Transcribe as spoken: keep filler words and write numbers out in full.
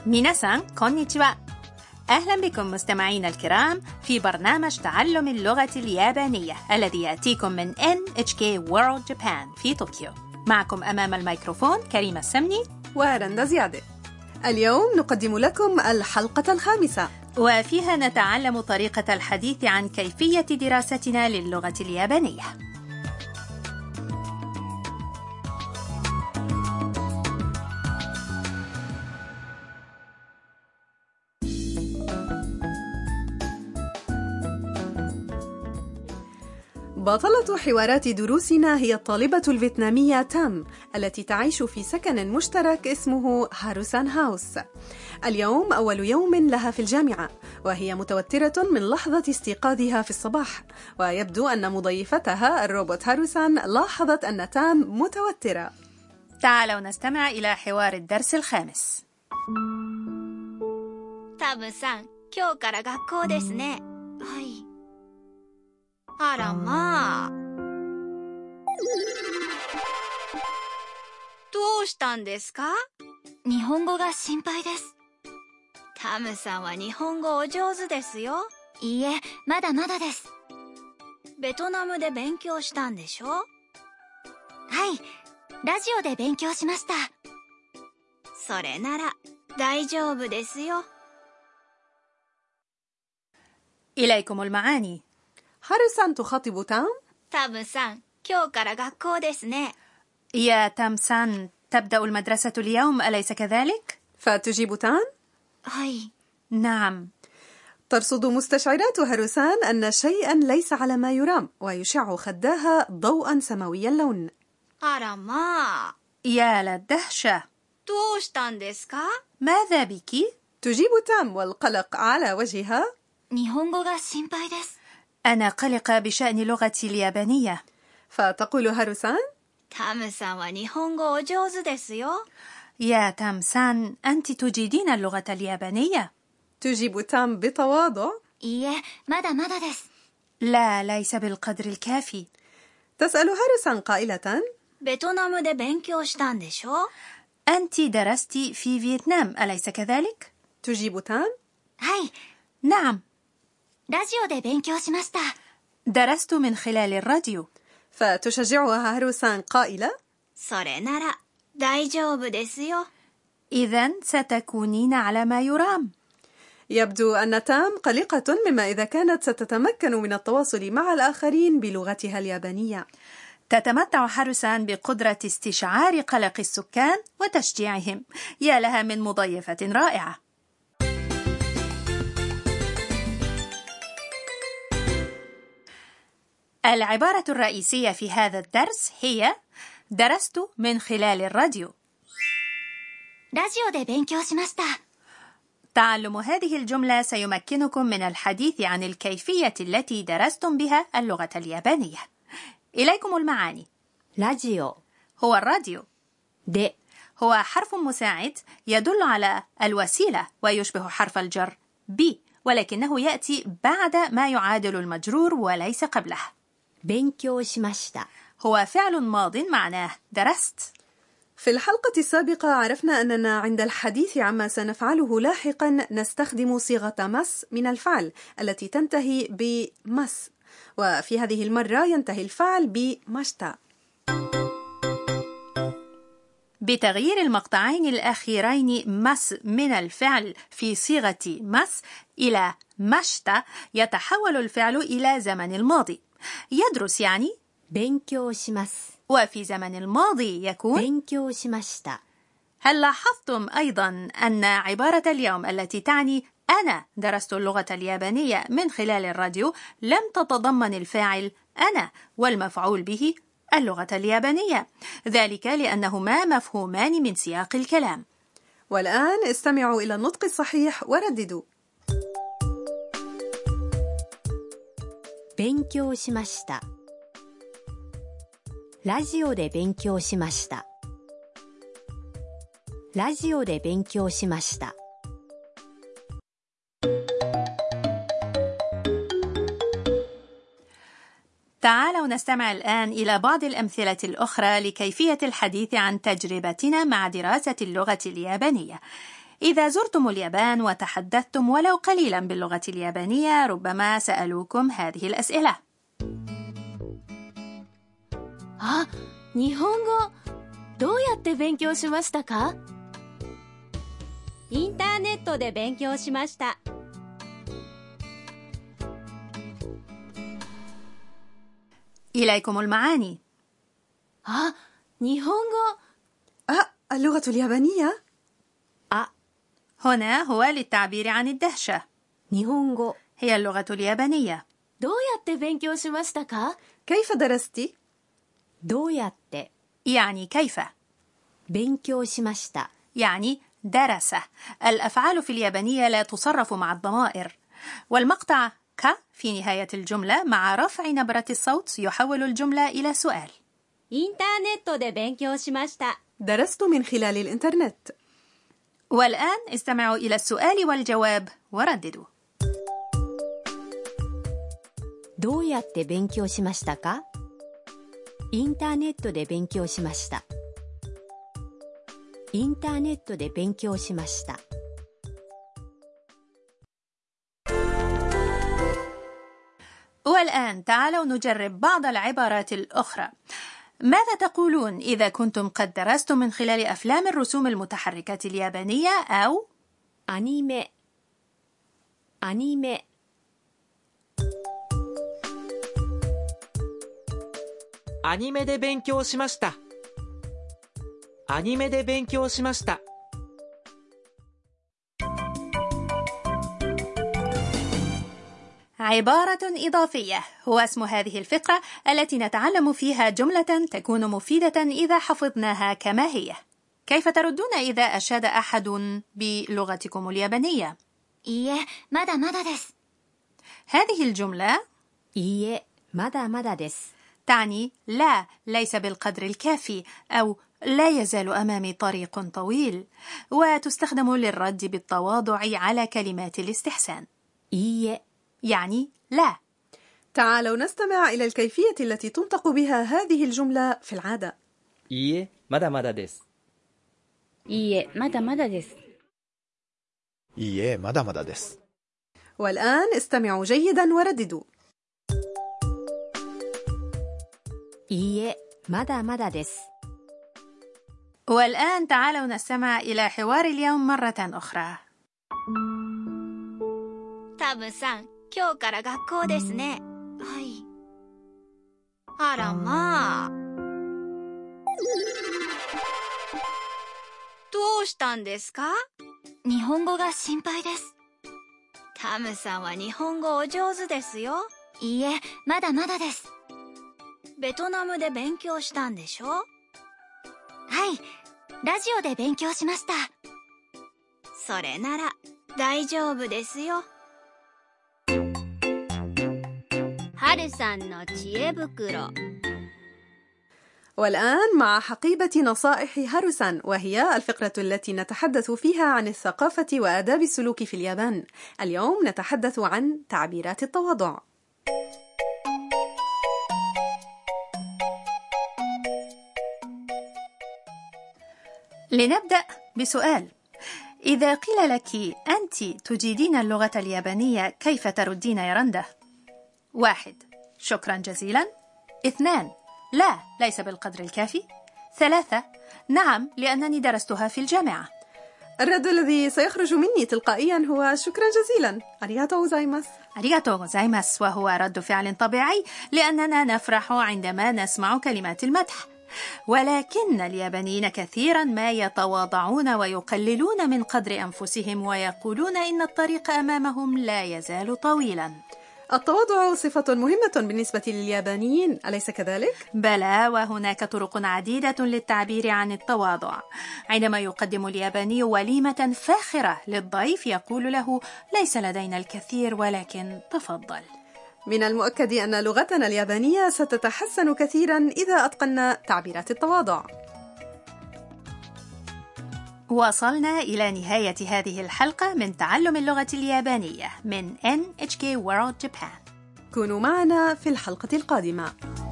ميناسان كونيتشوا. أهلا بكم مستمعينا الكرام في برنامج تعلم اللغة اليابانية الذي يأتيكم من إن إتش كي World Japan في طوكيو. معكم أمام الميكروفون كريمة السمني ورندا زيادة. اليوم نقدم لكم الحلقة الخامسة، وفيها نتعلم طريقة الحديث عن كيفية دراستنا للغة اليابانية. بطلة حوارات دروسنا هي الطالبة الفيتنامية تام التي تعيش في سكن مشترك اسمه هاروسان هاوس. اليوم أول يوم لها في الجامعة، وهي متوترة من لحظة استيقاظها في الصباح، ويبدو أن مضيفتها الروبوت هاروسان لاحظت أن تام متوترة. تعالوا نستمع إلى حوار الدرس الخامس. تام-san、今日から学校ですね。はい。あらまあ。どうしたんですか？日本語が心配です。タムさんは日本語お上手ですよ。いいえ、まだまだです。ベトナムで勉強したんでしょ？はい、ラジオで勉強しました。それなら大丈夫ですよ。 إليكم المعاني. هاروسان تخاطب تام. تام-san、今日から学校ですね。 يا تام-san، تبدأ المدرسة اليوم أليس كذلك؟ فتجيب تام: هاي. نعم. ترصد مستشعرات هاروسان أن شيئا ليس على ما يرام، ويشع خداها ضوءا سماوي اللون. أراما. يا للدهشة. どうしたんですか؟ ماذا بك؟ تجيب تام والقلق على وجهها: 日本語が心配です。 أنا قلقة بشأن لغتي اليابانية. فتقول هاروسان: タムさんは日本語お上手ですよ。 يا تام-san، أنت تجيدين اللغة اليابانية. تجيب تام بتواضع: いいえ、まだまだです。 لا، ليس بالقدر الكافي. تسأل هاروسان قائلة: ベトナムで勉強したんでしょ？ أنت درست في فيتنام أليس كذلك؟ تجيب تام: はい。 نعم. ラジオで勉強しました。 درست من خلال الراديو. فتشجعها هاروسان قائلة: それなら大丈夫ですよ。 إذن ستكونين على ما يرام. يبدو أن تام قلقة مما إذا كانت ستتمكن من التواصل مع الآخرين بلغتها اليابانية. تتمتع هاروسان بقدرة استشعار قلق السكان وتشجيعهم. يا لها من مضيفة رائعة. العبارة الرئيسية في هذا الدرس هي درست من خلال الراديو. ラジオで勉強しました。 تعلم هذه الجملة سيمكنكم من الحديث عن الكيفية التي درستم بها اللغة اليابانية. إليكم المعاني. ラジオ هو الراديو. で هو حرف مساعد يدل على الوسيلة ويشبه حرف الجر بي، ولكنه يأتي بعد ما يعادل المجرور وليس قبله. 勉強しました。 هو فعل ماض معناه درست. في الحلقة السابقة عرفنا أننا عند الحديث عما سنفعله لاحقا نستخدم صيغة مس من الفعل التي تنتهي بمس، وفي هذه المرة ينتهي الفعل بمشتا. بتغيير المقطعين الأخيرين مس من الفعل في صيغة مس إلى مشتا يتحول الفعل إلى زمن الماضي. يدرس يعني 勉強します。 وفي زمن الماضي يكون 勉強しました。 هل لاحظتم أيضا أن عبارة اليوم التي تعني أنا درست اللغة اليابانية من خلال الراديو لم تتضمن الفاعل أنا والمفعول به اللغة اليابانية، ذلك لأنهما مفهومان من سياق الكلام. والآن استمعوا إلى النطق الصحيح ورددوا: 勉強しました。 ラジオで勉強しました。 ラジオで勉強しました。 تعالوا نستمع الآن إلى بعض الأمثلة الأخرى لكيفية الحديث عن تجربتنا مع دراسة اللغة اليابانية. إذا زرتم اليابان وتحدثتم ولو قليلا باللغة اليابانية ربما سألوكم هذه الأسئلة. あ、日本語どうやって勉強しましたか？インターネットで勉強しました。 إليكم المعاني. あ、日本語 أه اللغة اليابانية. أ هنا هو للتعبير عن الدهشة. 日本語 هي اللغة اليابانية. どうやって勉強しましたか？ كيف درست؟ どうやって يعني كيف. 勉強しました يعني درس. الأفعال في اليابانية لا تصرف مع الضمائر، والمقطع ك في نهاية الجملة مع رفع نبرة الصوت يحول الجملة إلى سؤال. インターネットで勉強しました。 درست من خلال الإنترنت. والآن استمعوا إلى السؤال والجواب ورددوا. どうやって勉強しましたか？インターネットで勉強しました。インターネットで勉強しました。 والآن تعالوا نجرب بعض العبارات الأخرى. ماذا تقولون إذا كنتم قد درستم من خلال أفلام الرسوم المتحركة اليابانية أو أنيمي أنيمي アニメで勉強しました。アニメで勉強しました。 عبارة إضافية هو اسم هذه الفقرة التي نتعلم فيها جملة تكون مفيدة إذا حفظناها كما هي. كيف تردون إذا أشاد أحد بلغتكم اليابانية؟ いいえ、まだまだです。 هذه الجملة いいえ、まだまだです。 تعني لا، ليس بالقدر الكافي، أو لا يزال أمامي طريق طويل، وتستخدم للرد بالتواضع على كلمات الاستحسان. いいえ يعني لا. تعالوا نستمع إلى الكيفية التي تنطق بها هذه الجملة في العادة. いいえ、まだまだです。 いいえ、まだまだです。 いいえ、まだまだです。 والآن استمعوا جيدا ورددوا. いいえ、まだまだです。 والآن تعالوا نستمع إلى حوار اليوم مرة أخرى. タムさん、今日から学校ですね。はい。あらまあ。どうしたんですか？日本語が心配です。タムさんは日本語お上手ですよ。いいえ、まだまだです。ベトナムで勉強したんでしょ？はい、ラジオで勉強しました。それなら大丈夫ですよ。はるさんの知恵袋. والآن مع حقيبة نصائح هاروسان، وهي الفقرة التي نتحدث فيها عن الثقافة وآداب السلوك في اليابان. اليوم نتحدث عن تعبيرات التواضع. لنبدأ بسؤال. إذا قيل لك أنت تجيدين اللغة اليابانية كيف تردين يا رندا؟ واحد: شكرا جزيلا. اثنان: لا، ليس بالقدر الكافي. ثلاثة: نعم، لأنني درستها في الجامعة. الرد الذي سيخرج مني تلقائيا هو شكرا جزيلا. أريغاتو غوزايماس. أريغاتو غوزايماس، وهو رد فعل طبيعي لأننا نفرح عندما نسمع كلمات المدح. ولكن اليابانيين كثيرا ما يتواضعون ويقللون من قدر أنفسهم ويقولون إن الطريق أمامهم لا يزال طويلا. التواضع صفة مهمة بالنسبة لليابانيين، أليس كذلك؟ بلى، وهناك طرق عديدة للتعبير عن التواضع. عندما يقدم الياباني وليمة فاخرة للضيف يقول له: ليس لدينا الكثير ولكن تفضل. من المؤكد أن لغتنا اليابانية ستتحسن كثيرا إذا أتقنا تعبيرات التواضع. وصلنا إلى نهاية هذه الحلقة من تعلم اللغة اليابانية من إن إتش كي World Japan. كونوا معنا في الحلقة القادمة.